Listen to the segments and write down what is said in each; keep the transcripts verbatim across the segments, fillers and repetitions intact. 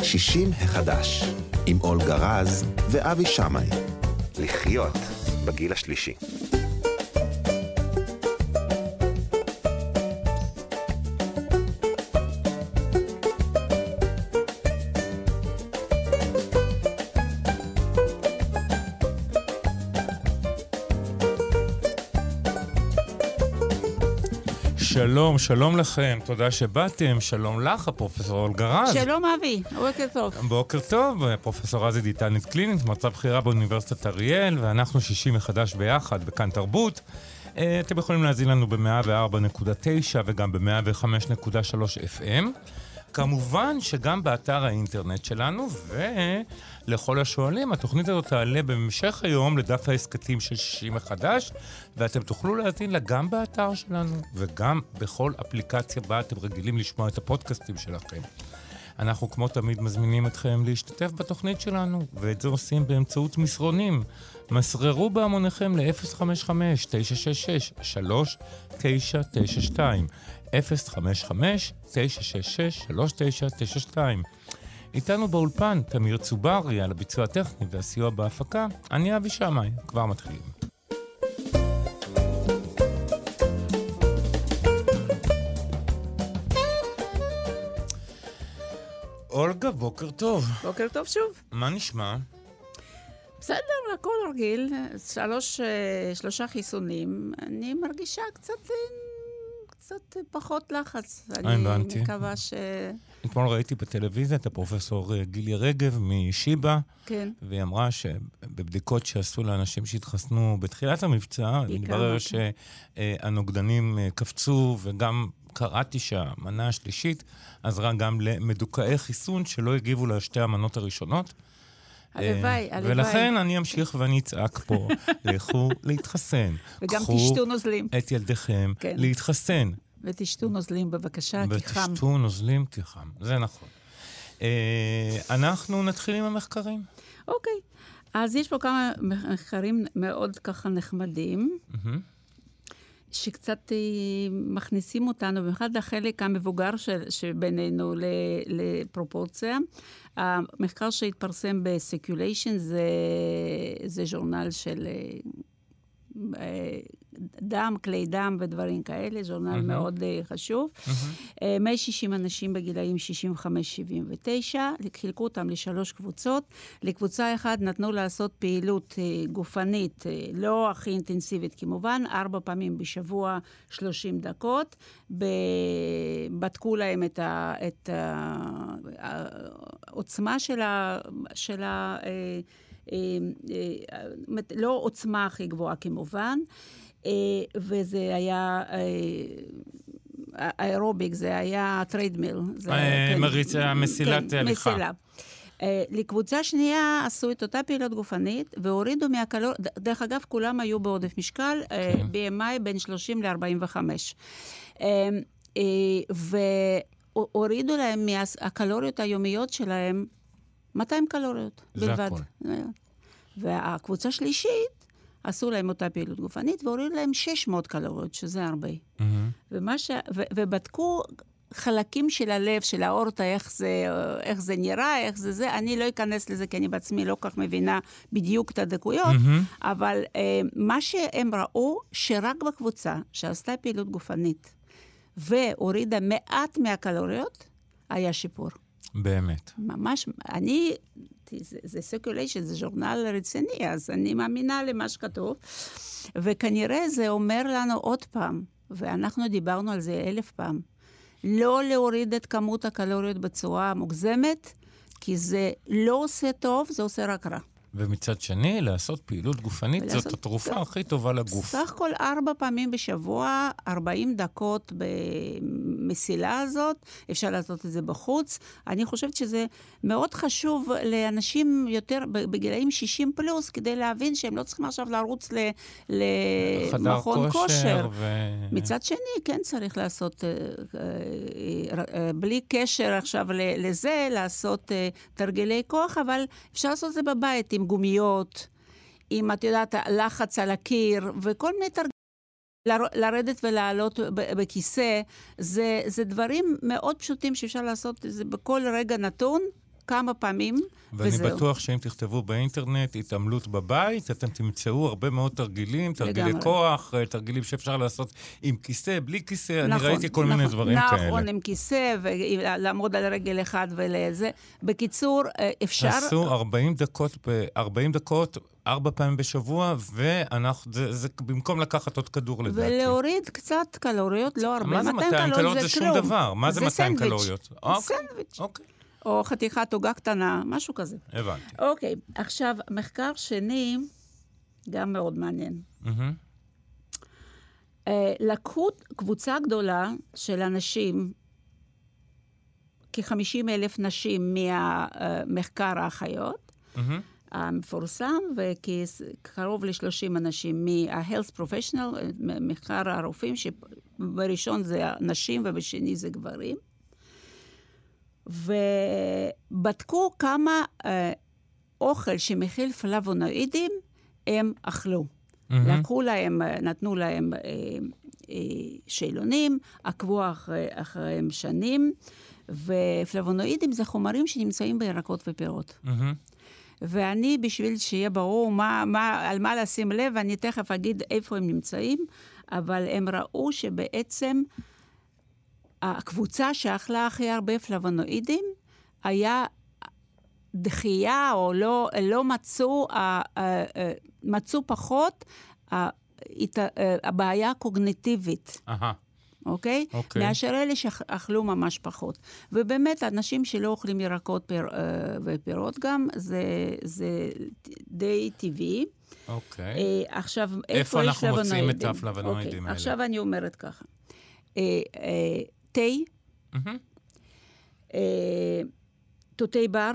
שישים החדש, עם אולגה רז ואבי שמאי. לחיות בגיל השלישי. שלום, שלום לכם, תודה שבאתם, שלום לך, הפרופסור אולגה רז. שלום אבי, בוקר טוב. בוקר טוב, פרופסור רז היא דיאטנית קלינית, מרצה בכירה באוניברסיטת אריאל, ואנחנו שישים מחדש ביחד בכאן תרבות. אתם יכולים להזין לנו ב-מאה וארבע נקודה תשע וגם ב-מאה וחמש נקודה שלוש אף אם. כמובן שגם באתר האינטרנט שלנו, ולכל השואלים, התוכנית הזאת תעלה במשך היום לדף העסקתים של שישים מחדש, ואתם תוכלו להזין לה גם באתר שלנו, וגם בכל אפליקציה בה אתם רגילים לשמוע את הפודקאסטים שלכם. אנחנו כמו תמיד מזמינים אתכם להשתתף בתוכנית שלנו, ואת זה עושים באמצעות מסרונים. מסררו בהמוניכם ל-אפס חמש חמש תשע שש שש שלוש תשע תשע שתיים אפס חמש חמש תשע שש שש שלוש תשע תשע שתיים. איתנו באולפן תמיר צוברי על הביצוע הטכני והסיוע בהפקה. אני אבי שמאי, כבר מתחילים. אולגה, בוקר טוב. בוקר טוב שוב. מה נשמע? בסדר, הכל רגיל. שלוש, שלושה חיסונים. אני מרגישה קצת, קצת פחות לחץ. אני מקווה ש... אתמול ראיתי בטלוויזיה את הפרופסור גילי רגב משיבה, כן. והיא אמרה שבבדיקות שעשו לאנשים שהתחסנו בתחילת המבצע, מתברר שהנוגדנים קפצו, וגם קראתי שהמנה השלישית עזרה גם למדוכאי חיסון שלא הגיבו לשתי המנות הראשונות. הלוואי, הלוואי. ולכן אני אמשיך ואני אצעק פה, לכו להתחסן. וגם תשתו נוזלים. את ילדיכם להתחסן. ותשתו נוזלים בבקשה, כי חם. ותשתו נוזלים, כי חם. זה נכון. אנחנו נתחיל עם המחקרים. אוקיי. אז יש פה כמה מחקרים מאוד ככה נחמדים. שקצת מכניסים אותנו, במיוחד לחלק המבוגר שבינינו לפרופורציה. המחקר שהתפרסם בסקיוליישן זה, זה ז'ורנל של דם, כלי דם ודברים כאלה, ז'ורנל mm-hmm. מאוד חשוב. Mm-hmm. מאה ושישים אנשים בגילאים שישים וחמש שבעים ותשע, חילקו אותם לשלוש קבוצות. לקבוצה אחת נתנו לעשות פעילות גופנית, לא הכי אינטנסיבית כמובן, ארבע פעמים בשבוע שלושים דקות. בדקו להם את, ה, את העוצמה של ה... של ה לא עוצמה הכי גבוהה כמובן, וזה היה האירוביק, זה היה טריידמיל. מריצה, מסילת הליכה. מסילה. לקבוצה שנייה עשו את אותה פעילות גופנית, והורידו מהקלוריות, דרך אגב כולם היו בעודף משקל, בי אם איי בין שלושים ל-ארבעים וחמש. והורידו להם מהקלוריות היומיות שלהם, מאתיים קלוריות בלבד. והקבוצה שלישית, עשו להם אותה פעילות גופנית, והורידו להם שש מאות קלוריות, שזה הרבה. Mm-hmm. ומה ש... ו... ובדקו חלקים של הלב, של האורטה, איך זה, איך זה נראה, איך זה זה. אני לא אכנס לזה, כי אני בעצמי לא כך מבינה בדיוק את הדקויות, mm-hmm. אבל אה, מה שהם ראו, שרק בקבוצה שעשתה פעילות גופנית, והורידה מעט מהקלוריות, היה שיפור. באמת. ממש, אני, זה, זה סקיוליישן, זה ז'ורנל רציני, אז אני מאמינה למה שכתוב, וכנראה זה אומר לנו עוד פעם, ואנחנו דיברנו על זה אלף פעם, לא להוריד את כמות הקלוריות בצורה מוגזמת, כי זה לא עושה טוב, זה עושה רק רע. ומצד שני, לעשות פעילות גופנית, ולעשות, זאת התרופה טוב. הכי טובה לגוף. סך הכל ארבע פעמים בשבוע, ארבעים דקות במסילה הזאת, אפשר לעשות את זה בחוץ. אני חושבת שזה מאוד חשוב לאנשים יותר בגילאים שישים פלוס, כדי להבין שהם לא צריכים עכשיו לרוץ למכון כושר. ו... מצד שני, כן צריך לעשות, בלי קשר עכשיו לזה, לעשות תרגילי כוח, אבל אפשר לעשות את זה בבית, עם גומיות, עם, את יודעת, לחץ על הקיר, וכל מיני תרגילים, לרדת ולעלות בכיסא, זה, זה דברים מאוד פשוטים שאפשר לעשות זה בכל רגע נתון, כמה פעמים, ואני וזהו. בטוח שאם תכתבו באינטרנט התעמלות בבית, אתם תמצאו הרבה מאוד תרגילים, תרגילי לגמרי. כוח, תרגילים שאפשר לעשות עם כיסא, בלי כיסא, נכון, אני ראיתי כל נכון, מיני דברים נכון, כאלה. נכון, עם כיסא, ולעמוד על רגל אחד ולזה. בקיצור, אפשר... עשו ארבעים דקות, ארבעים דקות, ארבע פעמים בשבוע, ואנחנו, זה, זה במקום לקחת עוד כדור לדעתי. ולהוריד קצת קלוריות, לא הרבה. מה זה מאתיים קלוריות? זה שום דבר. מה זה מאתיים קלוריות? סנדוויץ'. אוקיי. או חתיכת עוגה קטנה, משהו כזה. הבנתי. אוקיי, עכשיו, מחקר שני, גם מאוד מעניין. לקחו קבוצה גדולה של אנשים, כ-חמישים אלף נשים מהמחקר האחיות, המפורסם, וכקרוב ל-שלושים אנשים מה-health professional, מחקר הרופאים, שבראשון זה נשים ובשני זה גברים. ובדקו כמה אה, אוכל שמכיל פלבונואידים הם אכלו. Mm-hmm. לקחו להם, נתנו להם אה, אה, שאלונים, עקבו אחרי, אחריהם שנים, ופלבונואידים זה חומרים שנמצאים בירקות ופירות. Mm-hmm. ואני, בשביל שיהיה ברור מה, מה, על מה לשים לב, אני תכף אגיד איפה הם נמצאים, אבל הם ראו שבעצם הקבוצה שאכלה הכי הרבה פלבונואידים, היה דחייה, או לא, לא מצאו, מצאו פחות הבעיה הקוגניטיבית. אהה. אוקיי? אוקיי. מאשר אלה שאכלו ממש פחות. ובאמת, אנשים שלא אוכלים ירקות פיר, ופירות גם, זה, זה די טבעי. אוקיי. עכשיו, איפה, איפה אנחנו מוצאים את הפלבונואידים אוקיי. האלה? עכשיו אני אומרת ככה. תה, תותי בר,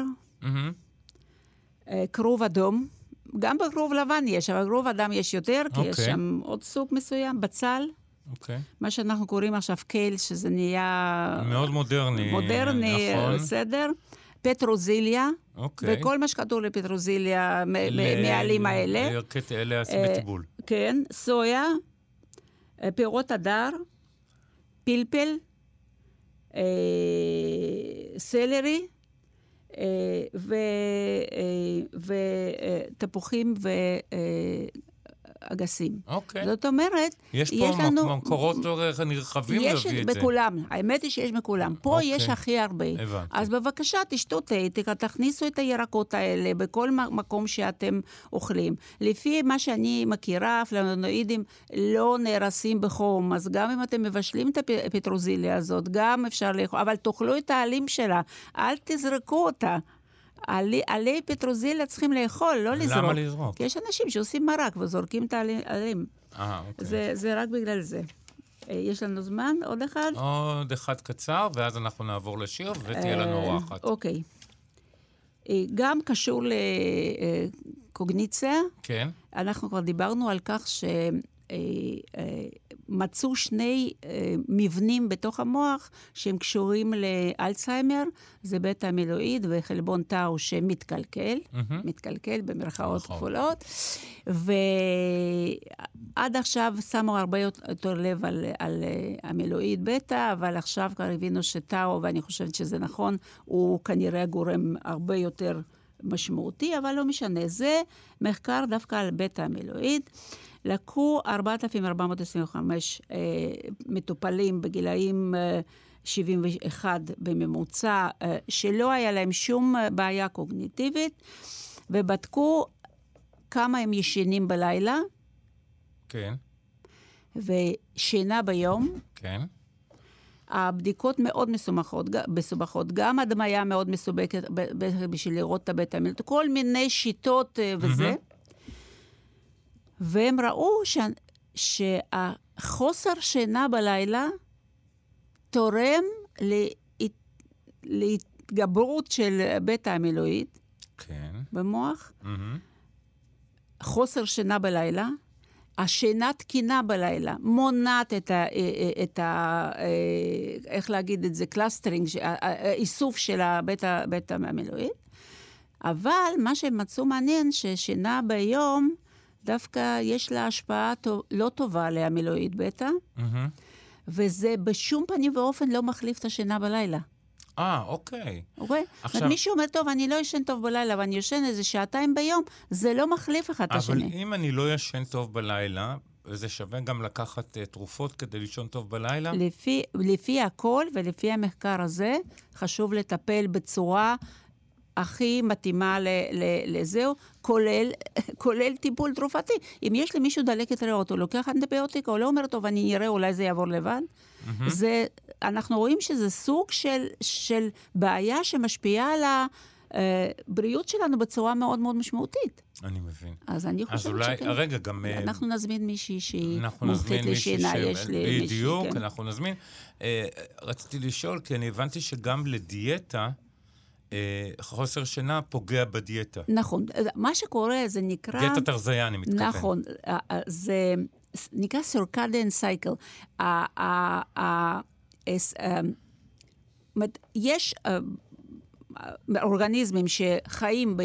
כרוב אדום, גם בכרוב לבן יש, אבל בכרוב אדם יש יותר, כי יש שם עוד סוג מסוים, בצל, מה שאנחנו קוראים עכשיו קייל, שזה נהיה... מאוד מודרני. מודרני, בסדר. פטרוזיליה, וכל מה שכתוב לפטרוזיליה, מעלים האלה. לירקת אלה הסמטיבול. כן, סויה, פירות הדר, פלפל, סלרי, ותפוחים ואגסים. אוקיי. זאת אומרת, יש פה מקורות נרחבים להביא את זה. יש בכולם, האמת היא שיש בכולם. פה יש הכי הרבה. אז בבקשה, תשתו תה, תכניסו את הירקות האלה בכל מקום שאתם אוכלים. לפי מה שאני מכירה, פלבונואידים לא נהרסים בחום, אז גם אם אתם מבשלים את הפטרוזיליה הזאת, גם אפשר לאכול, אבל תאכלו את העלים שלה, אל תזרקו אותה. עלי, עלי פטרוזיליה צריכים לאכול, לא לזרוק. למה לזרוק? כי יש אנשים שעושים מרק וזורקים את העלים. אה, אוקיי. זה, זה רק בגלל זה. יש לנו זמן? עוד אחד? עוד אחד קצר, ואז אנחנו נעבור לשיר, ותהיה לנו אורחת. אוקיי. גם קשור לקוגניציה. כן. אנחנו כבר דיברנו על כך ש... מצאו שני מבנים בתוך המוח שהם קשורים לאלצהיימר, זה בטא אמילואיד וחלבון טאו שמתקלקל, מתקלקל במרכאות כפולות, ועד עכשיו שמו הרבה יותר לב על, על אמילואיד בטא, אבל עכשיו כבר הבינו שטאו, ואני חושבת שזה נכון, הוא כנראה גורם הרבה יותר משמעותי, אבל לא משנה. זה מחקר דווקא על בטא אמילואיד. לקחו ארבעת אלפים ארבע מאות עשרים וחמש אה, מטופלים בגילאים אה, שבעים ואחת בממוצע, אה, שלא היה להם שום בעיה קוגניטיבית, ובדקו כמה הם ישנים בלילה. כן. ושינה ביום. כן. הבדיקות מאוד מסובכות, מסובכות. גם הדמיה מאוד מסובכת בשביל לראות את הבטא אמילואיד, כל מיני שיטות אה, וזה. Mm-hmm. והם ראו ש... שהחוסר שינה בלילה תורם להת... להתגברות של בטא אמילואיד כן. במוח. Mm-hmm. חוסר שינה בלילה, השינה תקינה בלילה, מונעת את ה... את ה... איך להגיד את זה? קלאסטרינג, האיסוף של הבטא, בטא אמילואיד. אבל מה שהם מצאו מעניין, ששינה ביום דווקא יש לה השפעה לא טובה לאמילואיד בטא, וזה בשום פנים ואופן לא מחליף את השינה בלילה. אה, אוקיי. אוקיי? עכשיו... מישהו אומר, טוב, אני לא ישן טוב בלילה, ואני ישן איזה שעתיים ביום, זה לא מחליף אחד את השני. אבל אם אני לא ישן טוב בלילה, זה שווה גם לקחת uh, תרופות כדי לישון טוב בלילה? לפי, לפי הכל ולפי המחקר הזה, חשוב לטפל בצורה הכי מתאימה ל, ל, לזהו, כולל, כולל טיפול תרופתי. אם יש למישהו דלקת ריאות, הוא לוקח אנטיביוטיקה, הוא לא אומר, טוב, אני נראה, אולי זה יעבור לבד. Mm-hmm. זה, אנחנו רואים שזה סוג של, של בעיה שמשפיעה על הבריאות שלנו בצורה מאוד מאוד משמעותית. אני מבין. אז אני חושבת אז אולי, שכן. הרגע גם... אנחנו נזמין מישהי שהיא מומחית לשינה, יש לי מישהי. בדיוק, כן. אנחנו נזמין. אה, רציתי לשאול, כי אני הבנתי שגם לדיאטה, חוסר שינה פוגע בדיאטה. נכון. מה שקורה זה נקרא... דיאטת הרזיה, אני מתכוון. נכון. זה נקרא circadian cycle. יש אורגניזמים שחיים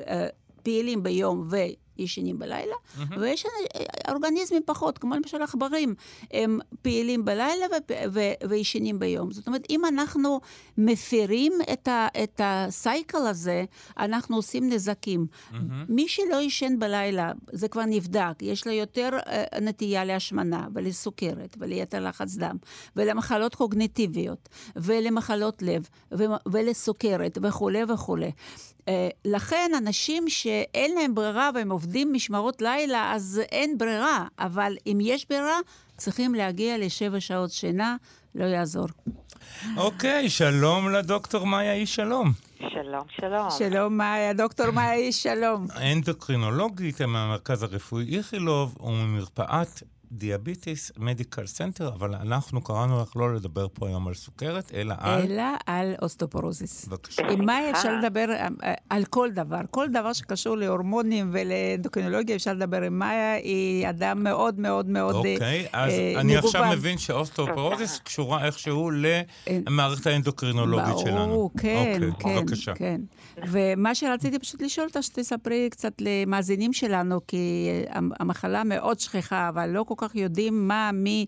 פעילים ביום ו... ישנים בלילה, mm-hmm. ויש אורגניזמים פחות, כמו למשל עכברים, הם פעילים בלילה ו- ו- וישנים ביום. זאת אומרת, אם אנחנו מפירים את, ה- את הסייקל הזה, אנחנו עושים נזקים. Mm-hmm. מי שלא ישן בלילה, זה כבר נבדק, יש לו יותר uh, נטייה להשמנה ולסוכרת וליתר לחץ דם, ולמחלות קוגניטיביות, ולמחלות לב, ו- ולסוכרת וכו' וכו'. Uh, לכן אנשים שאין להם ברירה והם עובדים משמרות לילה, אז אין ברירה, אבל אם יש ברירה, צריכים להגיע לשבע שעות שינה, לא יעזור. אוקיי, okay, שלום לדוקטור מאיה איש שלום. שלום, שלום. שלום מאיה, דוקטור מאיה איש שלום. אנדוקרינולוגית מהמרכז הרפואי איכילוב וממרפאת דיאביטיס מדיקל סנטר, אבל אנחנו קראנו לך לא לדבר פה היום על סוכרת, אלא על... אלא על אוסטאופורוזיס. בבקשה. עם מה אפשר לדבר על כל דבר? כל דבר שקשור להורמונים ולאנדוקרינולוגיה אפשר לדבר עם מאיה, היא אדם מאוד מאוד מאוד נגוון. אוקיי, אז אני עכשיו מבין שאוסטאופורוזיס קשורה איכשהו למערכת האנדוקרינולוגית שלנו. ברור, כן, כן, כן. ומה שרציתי פשוט לשאול אותה, שתספרי קצת למאזינים שלנו, כי המחלה מאוד שכיחה, אבל לא כל כך יודעים מה, מי,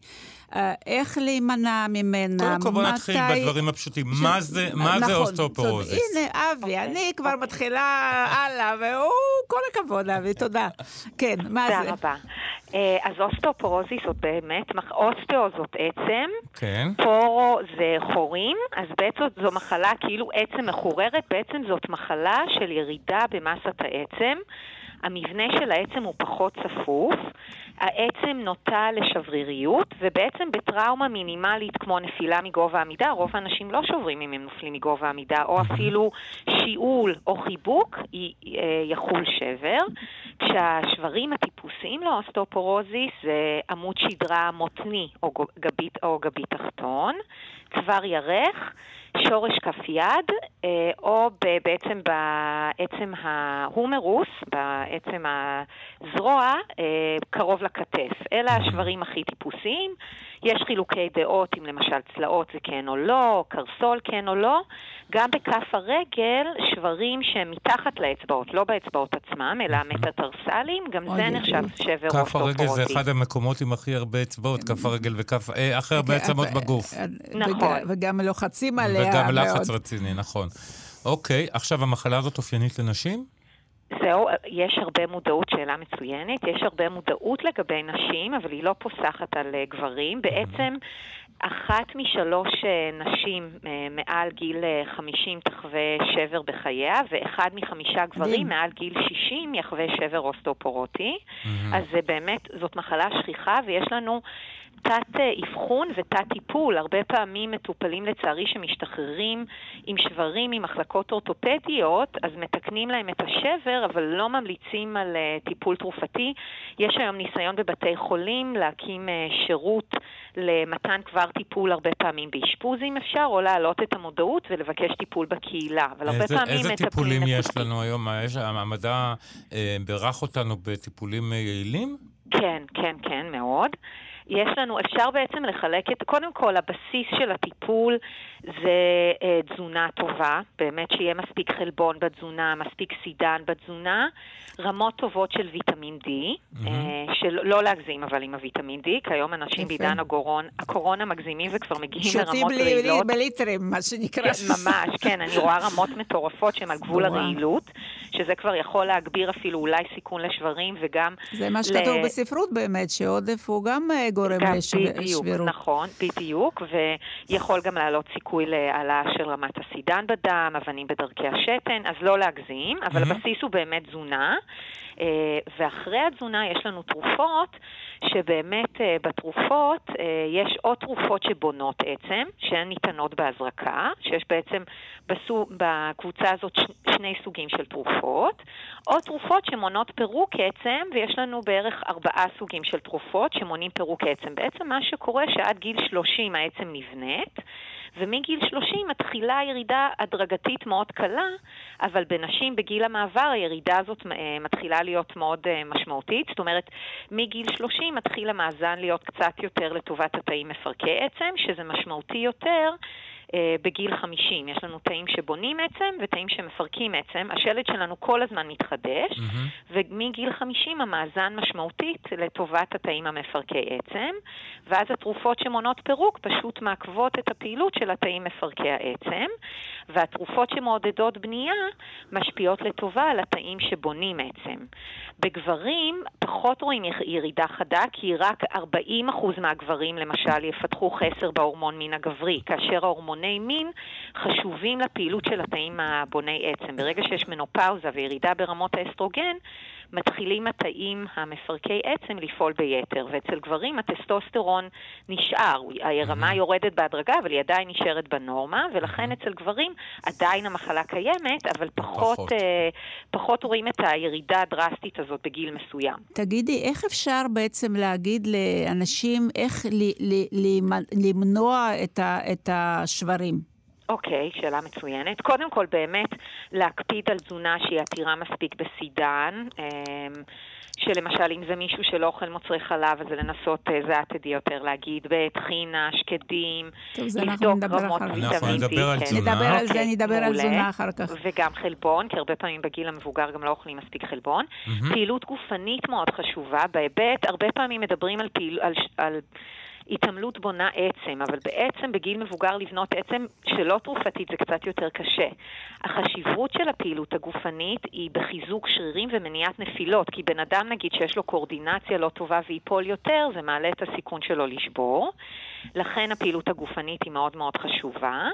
איך להימנע ממנה. קודם כל בוא נתחיל בדברים הפשוטים. מה זה, מה זה אוסטאופורוזיס? הנה, אבי, אני כבר מתחילה הלאה, והוא, כל הכבוד, אבי, תודה. כן, מה זה? תודה רבה. אז אוסטאופורוזיס זאת באמת, אוסטאו זאת עצם, כן. פורו זה חורים, אז בעצם זו מחלה כאילו עצם מחוררת, בעצם זאת מחלה של ירידה במסת העצם, המבנה של העצם הוא פחות צפוף, העצם נוטה לשבריריות, ובעצם בטראומה מינימלית כמו נפילה מגובה עמידה, רוב האנשים לא שוברים אם הם נופלים מגובה עמידה, או אפילו שיעול או חיבוק יחול שבר. כשהשברים הטיפוסיים לאוסטאופורוזיס זה עמוד שדרה מותני או גבית או גבית תחתון, צוואר ירך, שורש כף יד, או בעצם בעצם ההומרוס, בעצם הזרוע, קרוב לכתף. אלה השברים הכי טיפוסיים. יש חילוקי דעות אם למשל צלעות זה כן או לא, קרסול כן או לא. גם בכף הרגל, שברים שהם מתחת לאצבעות, לא באצבעות עצמם, אלא מטטרסליים, גם זה נחשב שבר אוסטאופורוזיס. כף הרגל זה אחד המקומות עם הכי הרבה אצבעות, כף הרגל וכף, הכי הרבה עצמות בגוף. נכון. וגם לוחצים עליה מאוד. וגם לחץ רציני, נכון. אוקיי, עכשיו המחלה הזאת אופיינית לנשים? זהו, יש הרבה מודעות, שאלה מצוינת, יש הרבה מודעות לגבי נשים, אבל היא לא פוסחת על גברים. בעצם אחת משלוש נשים מעל גיל חמישים תחווה שבר בחייה, ואחד מחמישה גברים מעל גיל שישים יחווה שבר אוסטאופורוטי. אז זה באמת, זאת מחלה שכיחה, ויש לנו תת אבחון ותת טיפול. הרבה פעמים מטופלים לצערי שמשתחררים עם שברים ממחלקות אורתופדיות, אז מתקנים להם את השבר, אבל לא ממליצים על טיפול תרופתי. יש היום ניסיון בבתי חולים להקים שירות למתן כבר טיפול הרבה פעמים באשפוז אם אפשר, או להעלות את המודעות ולבקש טיפול בקהילה. אבל הרבה איזה, פעמים איזה טיפולים יש לנו היום? המדע אה, ברך אותנו בטיפולים יעילים? כן, כן, כן, מאוד. יש לנו, אפשר בעצם לחלק את, קודם כל, הבסיס של הטיפול זה אה, תזונה טובה, באמת שיהיה מספיק חלבון בתזונה, מספיק סידן בתזונה, רמות טובות של ויטמין D, mm-hmm. אה, של לא להגזים אבל עם הוויטמין D, כי היום אנשים בעידן הגורון, הקורונה מגזימים וכבר מגיעים לרמות רעילות. שותים בליטרים, מה שנקרא. ממש, כן, אני רואה רמות מטורפות שהן על גבול הרעילות, שזה כבר יכול להגביר אפילו אולי סיכון לשברים וגם... זה מה שכתוב ל... בספרות באמת, שעודף הוא גם גורם לשבירות. בדיוק, נכון, בדיוק, ויכול גם לעלות סיכוי להעלאה של רמת הסידן בדם, אבנים בדרכי השתן, אז לא להגזים, אבל mm-hmm. הבסיס הוא באמת תזונה, ואחרי התזונה יש לנו תרופות, שבאמת בתרופות יש עוד תרופות שבונות עצם, שהן ניתנות בהזרקה, שיש בעצם בסוג, בקבוצה הזאת שני סוגים של תרופות, או תרופות שמונות פירוק עצם, ויש לנו בערך ארבעה סוגים של תרופות שמונים פירוק עצם. בעצם מה שקורה שעד גיל שלושים העצם נבנית, ומגיל שלושים מתחילה ירידה הדרגתית מאוד קלה, אבל בנשים בגיל המעבר הירידה הזאת מתחילה להיות מאוד משמעותית, זאת אומרת מגיל שלושים מתחיל המאזן להיות קצת יותר לטובת התאים מפרקי עצם, שזה משמעותי יותר בגיל חמישים. יש לנו תאים שבונים עצם ותאים שמפרקים עצם. השלד שלנו כל הזמן מתחדש, mm-hmm. ומגיל חמישים המאזן משמעותית לטובת התאים המפרקי עצם, ואז התרופות שמונות פירוק פשוט מעכבות את הפעילות של התאים מפרקי העצם, והתרופות שמעודדות בנייה משפיעות לטובה על התאים שבונים עצם. בגברים פחות רואים ירידה חדה, כי רק ארבעים אחוז מהגברים למשל יפתחו חסר בהורמון מין הגברי, כאשר ההורמוני מין חשובים לפעילות של התאים הבוני עצם. ברגע שיש מנופאוזה וירידה ברמות האסטרוגן, מתחילים התאים המפרקי עצם לפעול ביתר, ואצל גברים הטסטוסטרון נשאר, הרמה יורדת בהדרגה, אבל היא עדיין נשארת בנורמה, ולכן אצל גברים עדיין המחלה קיימת, אבל פחות, פחות. אה, פחות רואים את הירידה הדרסטית הזאת בגיל מסוים. תגידי, איך אפשר בעצם להגיד לאנשים איך ל- ל- ל- למנוע את, ה- את השברים? אוקיי, okay, שאלה מצוינת. קודם כל באמת להקפיד על תזונה שהיא עתירה מספיק בסידן, שלמשל אם זה מישהו שלא אוכל מוצרי חלב, אז זה לנסות, זה עתידי יותר להגיד, בטחינה, שקדים, לבדוק רמות ויטמין D. אנחנו נדבר על תזונה. נדבר על זה, נדבר על תזונה אחר כך. וגם חלבון, כי הרבה פעמים בגיל המבוגר גם לא אוכלים מספיק חלבון. פעילות גופנית מאוד חשובה, בהיבט, הרבה פעמים מדברים על פעילות, על... התעמלות בונה עצם, אבל בעצם בגיל מבוגר לבנות עצם שלא תרופתית זה קצת יותר קשה. החשיבות של הפעילות הגופנית היא בחיזוק שרירים ומניעת נפילות, כי בן אדם נגיד שיש לו קואורדינציה לא טובה ויפול יותר, זה מעלה את הסיכון שלו לשבור. לכן הפעילות הגופנית היא מאוד מאוד חשובה.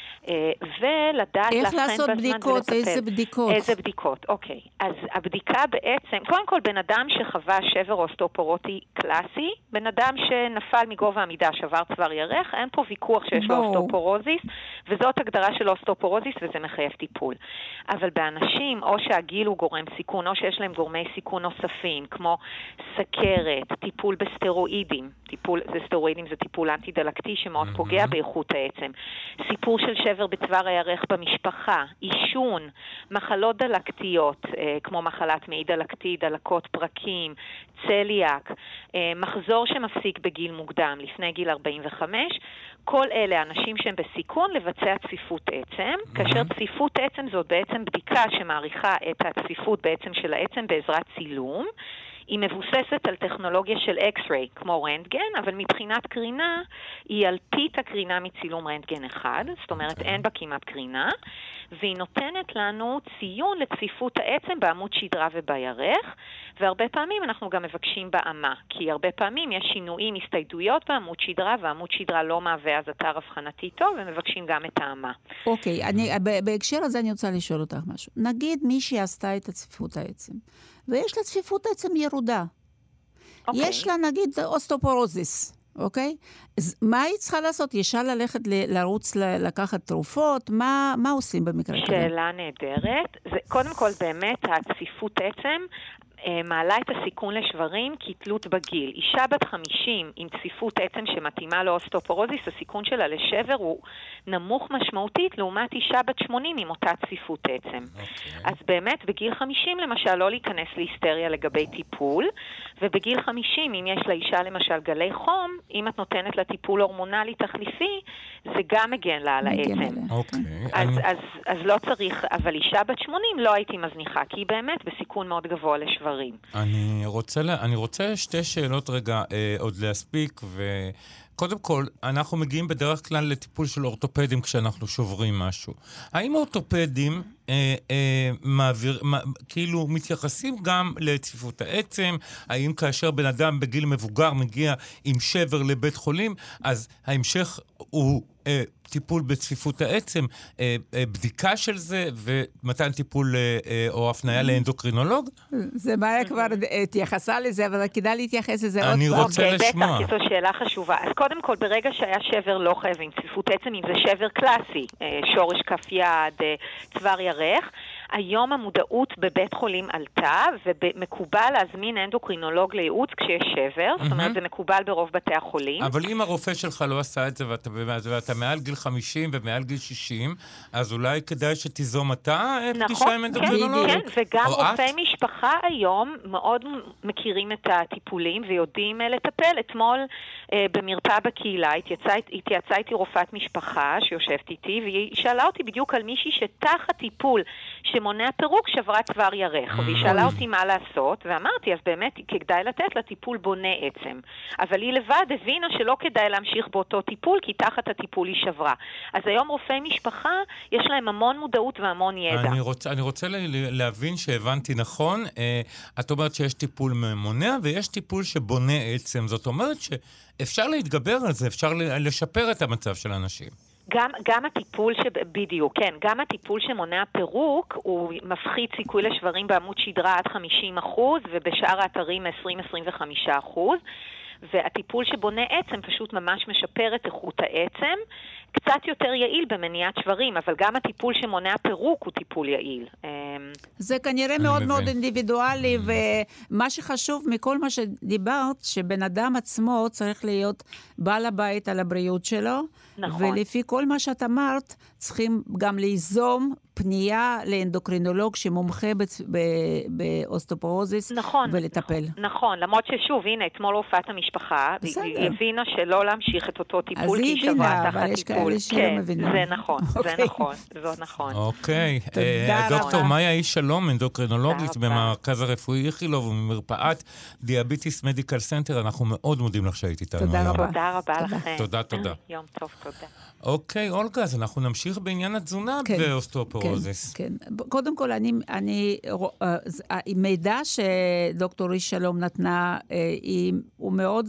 ולדעת איך לעשות בדיקות, איזה בדיקות? איזה בדיקות, אוקיי. אז הבדיקה בעצם, קודם כל בן אדם שחווה שבר אוסטאופורוטי קלאסי, בן אדם שנפל מגובה עמידה, שבר צוואר ירך, אין פה ויכוח שיש לו אוסטאופורוזיס, וזאת הגדרה של אוסטאופורוזיס וזה מחייב טיפול. אבל באנשים, או שהגיל הוא גורם סיכון, או שיש להם גורמי סיכון נוספים, כמו סכרת, טיפול בסטרואידים, טיפול, זה סטרואידים זה טיפול אנטי-דלקתי שמאוד פוגע באיכות העצם. סיפור של שבר בצוואר הירך במשפחה, עישון, מחלות דלקתיות, כמו מחלת מעי דלקתי, דלקות פרקים, צליאק, מחזור שמפסיק בגיל מוקדם, לפני גיל ארבעים וחמש, כל אלה אנשים שהם בסיכון לבצע צפיפות עצם, כאשר צפיפות עצם זאת בעצם בדיקה שמעריכה את הצפיפות בעצם של העצם בעזרת צילום, היא מבוססת על טכנולוגיה של אקס-ריי, כמו רנטגן, אבל מבחינת קרינה, היא אלפית הקרינה מצילום רנטגן אחד, זאת אומרת אין בה כמעט קרינה, והיא נותנת לנו ציון לצפיפות העצם בעמוד שדרה ובירך, והרבה פעמים אנחנו גם מבקשים באמה, כי הרבה פעמים יש שינויים, הסתיידויות בעמוד שדרה, ועמוד שדרה לא מהווה אז אתר הבחנתי טוב, ומבקשים גם את האמה. אוקיי, אני, בהקשר הזה אני רוצה לשאול אותך משהו. נגיד מישהי עשתה את הצפיפות העצם, ויש לה צפיפות עצם ירודה. Okay. יש לה נגיד אוסטאופורוזיס, אוקיי? אז מה היא צריכה לעשות? ישר ללכת ל- לרוץ ל- לקחת תרופות? מה, מה עושים במקרה כזה? שאלה נהדרת. זה, קודם כל באמת הצפיפות עצם, מעלה את הסיכון לשברים כתלות בגיל. אישה בת חמישים עם צפיפות עצם שמתאימה לאוסטאופורוזיס, הסיכון שלה לשבר הוא נמוך משמעותית לעומת אישה בת שמונים עם אותה צפיפות עצם. Okay. אז באמת בגיל חמישים למשל לא להיכנס להיסטריה לגבי טיפול, ובגיל חמישים אם יש לאישה למשל גלי חום, אם את נותנת לה טיפול הורמונלי תחליפי, זה גם מגן לה על העצם. Okay. אז, אני... אז, אז לא צריך, אבל אישה בת שמונים לא הייתי מזניחה, כי היא באמת בסיכון מאוד גבוה לשברים. אני רוצה, אני רוצה שתי שאלות רגע אה, עוד להספיק, וקודם כל, אנחנו מגיעים בדרך כלל לטיפול של אורתופדים כשאנחנו שוברים משהו. האם אורתופדים אה, אה, מעביר, מה, כאילו מתייחסים גם לצפיפות העצם? האם כאשר בן אדם בגיל מבוגר מגיע עם שבר לבית חולים, אז ההמשך הוא... אה, טיפול בצפיפות העצם, אה, אה, בדיקה של זה, ומתן טיפול אה, אה, או הפניה לאנדוקרינולוג? זה בעיה כבר התייחסה לזה, אבל כדאי להתייחס לזה עוד פעם. אני רוצה לשמוע. בטח, זו שאלה חשובה. אז קודם כל, ברגע שהיה שבר לא חייבים צפיפות עצם, אם זה שבר קלאסי, אה, שורש כף יד, אה, צוואר ירך, היום המודעות בבית חולים עלתה, ומקובל להזמין אנדוקרינולוג לייעוץ כשיש שבר, זאת אומרת, זה מקובל ברוב בתי החולים. אבל אם הרופא שלך לא עשה את זה, ואתה, ואתה מעל גיל חמישים ומעל גיל שישים, אז אולי כדאי שתיזום אתה פגישה עם אנדוקרינולוג? כן, כן, וגם רופאי משפחה היום מאוד מכירים את הטיפולים ויודעים לטפל. אתמול במרפאה בקהילה התייעצה איתי רופאת משפחה שיושבת איתי, והיא שאלה אותי בדיוק על מישהי שתחת טיפול שמונע פירוק שברה צוואר ירך, והיא שאלה אותי מה לעשות, ואמרתי, אז באמת כדאי לתת לה טיפול בונה עצם. אבל היא לבד הבינה שלא כדאי להמשיך באותו טיפול, כי תחת הטיפול היא שברה. אז היום רופאי משפחה, יש להם המון מודעות והמון ידע. אני רוצה, אני רוצה להבין שהבנתי נכון, את אומרת שיש טיפול מונע, ויש טיפול שבונה עצם. זאת אומרת שאפשר להתגבר על זה, אפשר לשפר את המצב של האנשים. גם, גם הטיפול, ש... בדיוק, כן, גם הטיפול שמונע פירוק, הוא מפחית סיכוי לשברים בעמוד שדרה עד חמישים אחוז, ובשאר האתרים עשרים עד עשרים וחמישה אחוז. והטיפול שבונה עצם פשוט ממש משפר את איכות העצם, קצת יותר יעיל במניעת שברים, אבל גם הטיפול שמונע פירוק הוא טיפול יעיל. זה כנראה מאוד מאוד אינדיבידואלי, ומה שחשוב מכל מה שדיברת, שבן אדם עצמו צריך להיות בעל הבית על הבריאות שלו, נכון. ולפי כל מה שאת אמרת, צריכים גם ליזום פנייה לאנדוקרינולוג שמומחה באוסטאופורוזיס, נכון, ולטפל. נכון, נכון, למרות ששוב, הנה, אתמול רופאת המשפחה, היא הבינה שלא להמשיך את אותו טיפול, כי היא שברה תחת טיפול. כן, זה נכון, זה נכון, זאת נכון. אוקיי, דוקטור מאיה איש שלום, אנדוקרינולוגית במרכז הרפואי איכילוב וממרפאת דיאביטיס מדיקל סנטר, אנחנו מאוד מודים לך שהיית איתנו. תודה רבה. תודה רבה לכם. תודה, תודה. יום טוב, תודה. אוקיי, אולגה, אז אנחנו נמשיך בעניין התזונה באוסטאופורוזיס. כן, כן. קודם כל, אני, אני, המידע שדוקטור איש שלום נתנה, הוא מאוד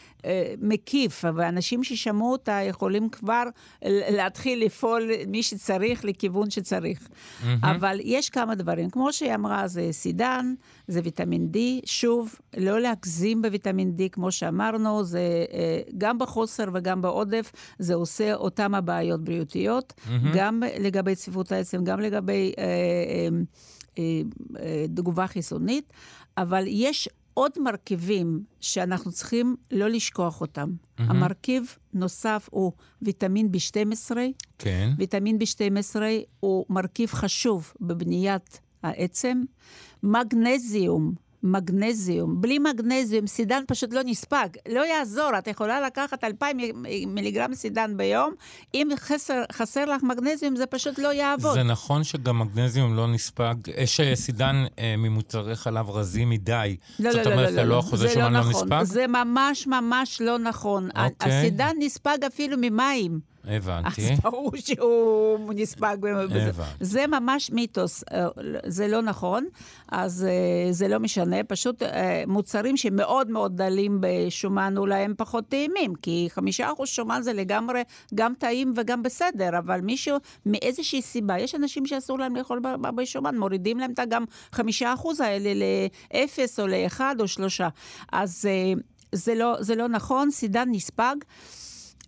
מקיף, ואנשים ששמעו אותה יכולים כבר להתחיל לפעול מי שצריך לכיוון שצריך. אבל יש כמה דברים. כמו שהיא אמרה, זה סידן, זה ויטמין D, שוב, לא להגזים בוויטמין D, כמו שאמרנו, זה גם בחוסר וגם בעודף, זה עושה אותם הבעיות בריאותיות, גם לגבי צפיפות העצם, גם לגבי אה, אה, אה, תגובה חיסונית, אבל יש עוד מרכיבים שאנחנו צריכים לא לשכוח אותם. Mm-hmm. המרכיב נוסף הוא ויטמין בי שתים עשרה. כן. ויטמין בי שתים עשרה הוא מרכיב חשוב בבניית העצם. מגנזיום, מגנזיום. בלי מגנזיום, סידן פשוט לא נספג. לא יעזור, את יכולה לקחת אלפיים מיליגרם סידן ביום. אם חסר, חסר לך מגנזיום, זה פשוט לא יעבוד. זה נכון שגם מגנזיום לא נספג, שסידן אה, ממוצרי חלב רזים מדי. לא, זאת לא, אומרת, לא, לא, לא אחוזי שומן לא נספג? זה ממש ממש לא נכון. אוקיי. הסידן נספג אפילו ממים. הבנתי. אז ברור שהוא נספג. זה ממש מיתוס, זה לא נכון, אז זה לא משנה, פשוט מוצרים שמאוד מאוד דלים בשומן, אולי הם פחות טעימים, כי חמישה אחוז שומן זה לגמרי גם טעים וגם בסדר, אבל מישהו מאיזושהי סיבה, יש אנשים שאסור להם לאכול בשומן, מורידים להם את גם חמישה אחוז האלה לאפס או לאחד או שלושה, אז זה לא, זה לא נכון, סידן נספג,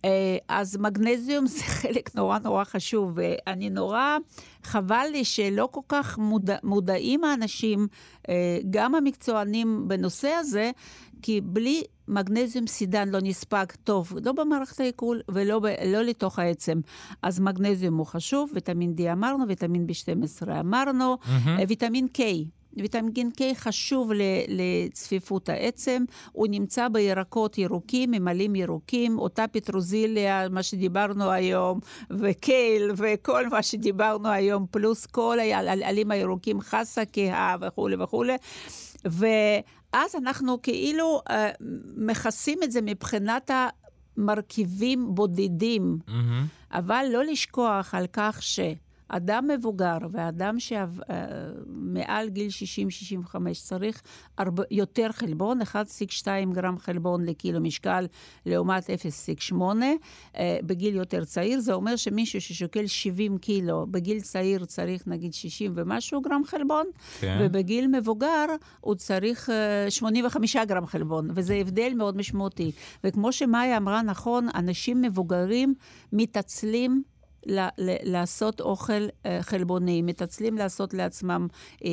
אז מגנזיום זה חלק נורא נורא חשוב, ואני נורא חבל לי שלא כל כך מודע, מודעים האנשים, גם המקצוענים בנושא הזה, כי בלי מגנזיום סידן לא נספג טוב, לא במערכת העיכול ולא ב, לא לתוך העצם. אז מגנזיום הוא חשוב, ויטמין D אמרנו, ויטמין בי שתים עשרה אמרנו, mm-hmm. ויטמין K. ויטמין K חשוב לצפיפות העצם, הוא נמצא בירקות ירוקים, ממלאים ירוקים, אותה פטרוזיליה, מה שדיברנו היום, וקייל, וכל מה שדיברנו היום, פלוס כל העלים הירוקים, חסה, כהה וכו' וכו'. ואז אנחנו כאילו uh, מכסים את זה מבחינת המרכיבים בודדים, mm-hmm. אבל לא לשכוח על כך ש... אדם מבוגר ואדם שמעל גיל שישים שישים וחמש צריך הרבה, יותר חלבון, אחד נקודה שתיים גרם חלבון לקילו משקל לעומת אפס נקודה שמונה, בגיל יותר צעיר. זה אומר שמישהו ששוקל שבעים קילו, בגיל צעיר צריך נגיד שישים ומשהו גרם חלבון, כן. ובגיל מבוגר הוא צריך שמונים וחמישה גרם חלבון, וזה הבדל מאוד משמעותי. וכמו שמאיה אמרה נכון, אנשים מבוגרים מתעצלים לעשות אוכל חלבוני, מתעצלים לעשות לעצמם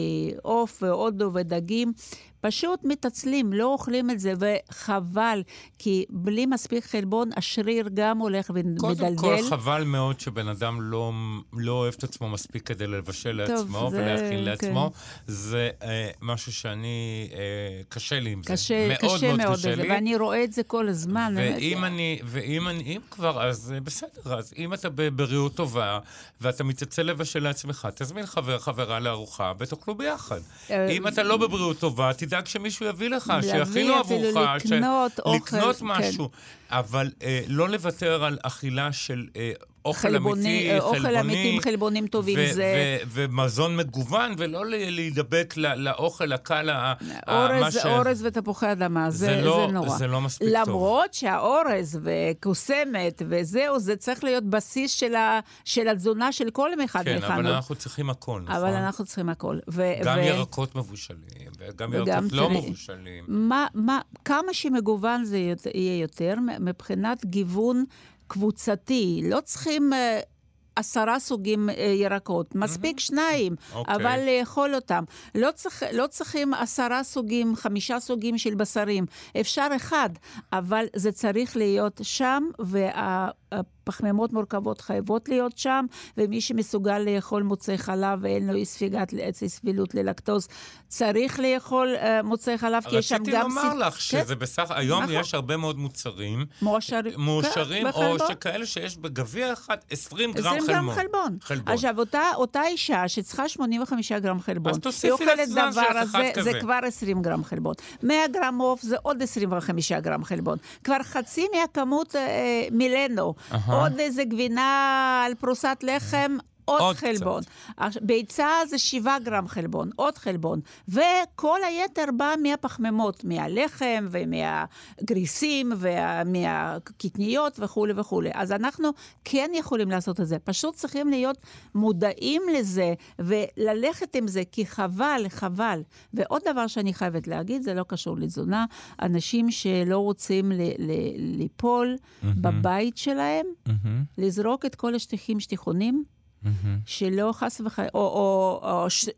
עוף ועודו ודגים, פשוט מתעצלים, לא אוכלים את זה, וחבל, כי בלי מספיק חלבון, השריר גם הולך ומדלדל. קודם כל, חבל מאוד שבן אדם לא, לא אוהב את עצמו מספיק כדי לבשל לעצמו ולהכין לעצמו. כן. זה אה, משהו שאני, אה, קשה לי עם זה. קשה, מאוד קשה מאוד, מאוד קשה לי. ואני רואה את זה כל הזמן. ואם אני, ואם אני, אם כבר, אז בסדר, אז אם אתה בבריאות טובה, ואתה מתעצל לבשל לעצמך, תזמין חבר, חברה לארוחה, ותאכלו ביחד. אם אתה לא בבריאות טובה, תדאג שמישהו יביא לך, שיכינו עבורך, לקנות, ש... אוכל, לקנות משהו, כן. אבל אה, לא לוותר על אכילה של אה, אוכל חלבוני, אמיתי, אוכל חלבוני, אמיתים, חלבונים טובים, ו- זה... ו- ומזון מגוון, ולא להידבק לאוכל הקל, אורז, ש... אורז ותפוחי אדמה, זה, זה, לא, זה נורא. זה לא מספיק למרות טוב. למרות שהאורז וקוסמת וזהו, זה צריך להיות בסיס של, ה... של התזונה של כל אחד כן, מאיתנו. אבל אנחנו צריכים הכל, נכון? אבל אנחנו צריכים הכל. ו- גם ו- ירקות מבושלים, וגם ירקות וגם לא תראי, מבושלים. מה, מה, כמה שמגוון זה יהיה יותר, מבחינת גיוון קבוצתי. לא צריכים uh, עשרה סוגים uh, ירקות, מספיק mm-hmm. שניים, okay. אבל לאכול אותם. לא, צריך, לא צריכים עשרה סוגים, חמישה סוגים של בשרים. אפשר אחד, אבל זה צריך להיות שם, וה... פחמימות מורכבות חייבות להיות שם, ומי שמסוגל לאכול מוצאי חלב ואין לו ספיגת סבילות ללקטוז, צריך לאכול uh, מוצאי חלב, כי יש שם גם... רציתי לומר לך שזה בסך... היום יש הרבה מאוד מוצרים מאושרים, או שכאלה שיש בגביע אחד עשרים גרם חלבון. עכשיו, אותה אישה שצריכה שמונים וחמישה גרם חלבון, אז תוסיפי לעצמה של אחד כזה. זה כבר עשרים גרם חלבון. מאה גרם עוף זה עוד עשרים וחמישה גרם חלבון. כבר חצי מהכמות מילנו. עוד איזה גבינה על פרוסת לחם, עוד, עוד חלבון. קצת. ביצה זה שבעה גרם חלבון, עוד חלבון. וכל היתר בא מהפחמימות, מהלחם ומהגריסים ומהקטניות וכו' וכו'. אז אנחנו כן יכולים לעשות את זה. פשוט צריכים להיות מודעים לזה וללכת עם זה, כי חבל, חבל. ועוד דבר שאני חייבת להגיד, זה לא קשור לתזונה. אנשים שלא רוצים ל- ל- ליפול mm-hmm. בבית שלהם, mm-hmm. לזרוק את כל השטיחים שטיחונים, שלא חס וחי... או, או, או ש...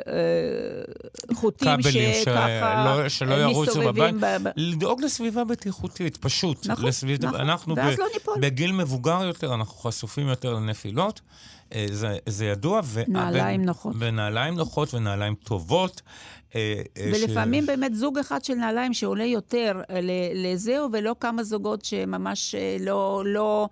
חוטים שככה שלא ירוצו בבית. לדאוג לסביבה בטיחותית, פשוט. נכון, נכון. אנחנו בגיל מבוגר יותר, אנחנו חשופים יותר לנפילות. זה ידוע. נעליים נוחות. ונעליים נוחות ונעליים טובות. ולפעמים באמת זוג אחד של נעליים שעולה יותר לזהו, ולא כמה זוגות שממש לא... לא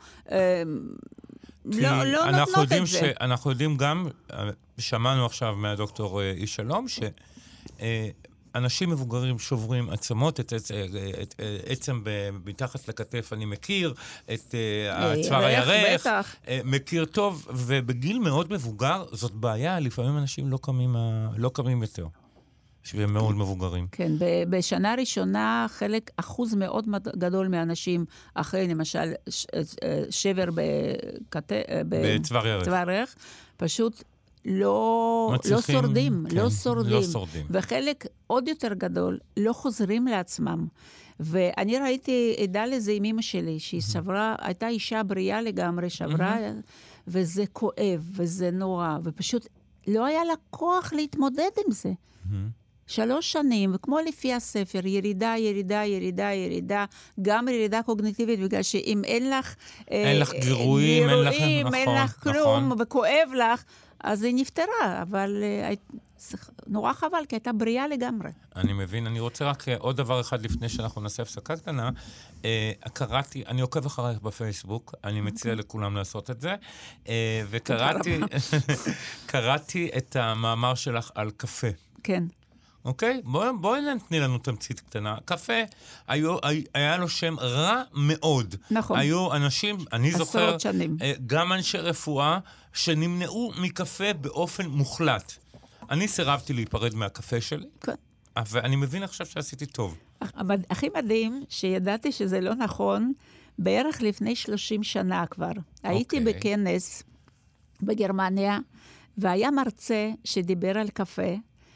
לא, לא נותנות את זה. ש... אנחנו יודעים גם, שמענו עכשיו מהדוקטור איש שלום, שאנשים מבוגרים שוברים עצמות, את, את, את, את עצם מתחת לכתף, אני מכיר, את צוואר הירך, מכיר טוב, ובגיל מאוד מבוגר, זאת בעיה, לפעמים אנשים לא קמים, לא קמים יותר. שהם מאוד מבוגרים. כן, בשנה ראשונה חלק, אחוז מאוד גדול מהאנשים, אחרי למשל שבר בצוואר ירך, פשוט לא, מצליחים, לא שורדים, כן, לא שורדים. לא שורדים. וחלק עוד יותר גדול, לא חוזרים לעצמם. ואני ראיתי עדה לזה עם אמא שלי, שהיא שברה, הייתה אישה בריאה לגמרי, שברה, וזה כואב, וזה נורא, ופשוט לא היה לה כוח להתמודד עם זה. שלוש שנים, וכמו לפי הספר, ירידה, ירידה, ירידה, ירידה, גם ירידה קוגניטיבית, בגלל שאם אין לך... אין לך גירויים, אין לך... נכון, אין לך כלום, וכואב לך, אז היא נפטרה, אבל נורא חבל, כי הייתה בריאה לגמרי. אני מבין, אני רוצה רק עוד דבר אחד לפני שאנחנו נעשה הפסקה קטנה. קראתי, אני עוקב אחרייך בפייסבוק, אני מציע לכולם לעשות את זה, וקראתי קראתי את המאמר שלך על קפה. כן. אוקיי? בואי בוא נתני לנו תמצית קטנה. קפה, היו, היה לו שם רע מאוד. נכון. היו אנשים, אני זוכר, עשרות שנים. גם אנשי רפואה, שנמנעו מקפה באופן מוחלט. אני סירבתי להיפרד מהקפה שלי, כן. ואני מבין עכשיו שעשיתי טוב. הכי מדהים שידעתי שזה לא נכון, בערך לפני שלושים שנה כבר. הייתי אוקיי. בכנס בגרמניה, והיה מרצה שדיבר על קפה,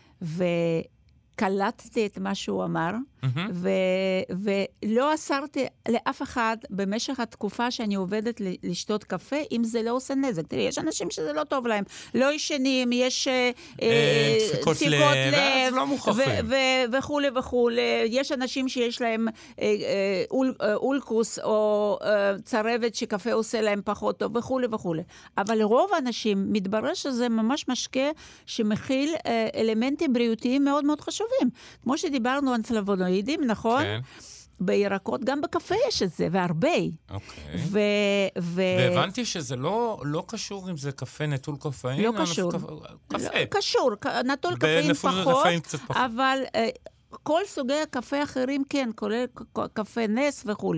וקלטתי את מה שהוא אמר, mm-hmm. ו- ולא אסרתי לאף אחד במשך התקופה שאני עובדת לשתות קפה, אם זה לא עושה נזק. תראי, יש אנשים שזה לא טוב להם. לא ישנים, יש דפיקות לב, לא מוכרחים. וכו' וכו'. יש אנשים שיש להם אולקוס או צרבת שקפה עושה להם פחות טוב, וכו' וכו'. אבל רוב האנשים מתברר שזה ממש משקה שמכיל אלמנטים בריאותיים מאוד מאוד חשובים. כמו שדיברנו על פלבונואידים, נכון? כן. בירקות, גם בקפה יש את זה, והרבה. אוקיי. ו... ו... והבנתי שזה לא, לא קשור אם זה קפה נטול קפאין. לא קשור. קפה. לא, קשור, נטול קפאין פחות, קפאין קצת פחות. אבל... כל סוגי הקפה האחרים כן, כולל קפה נס וכו'.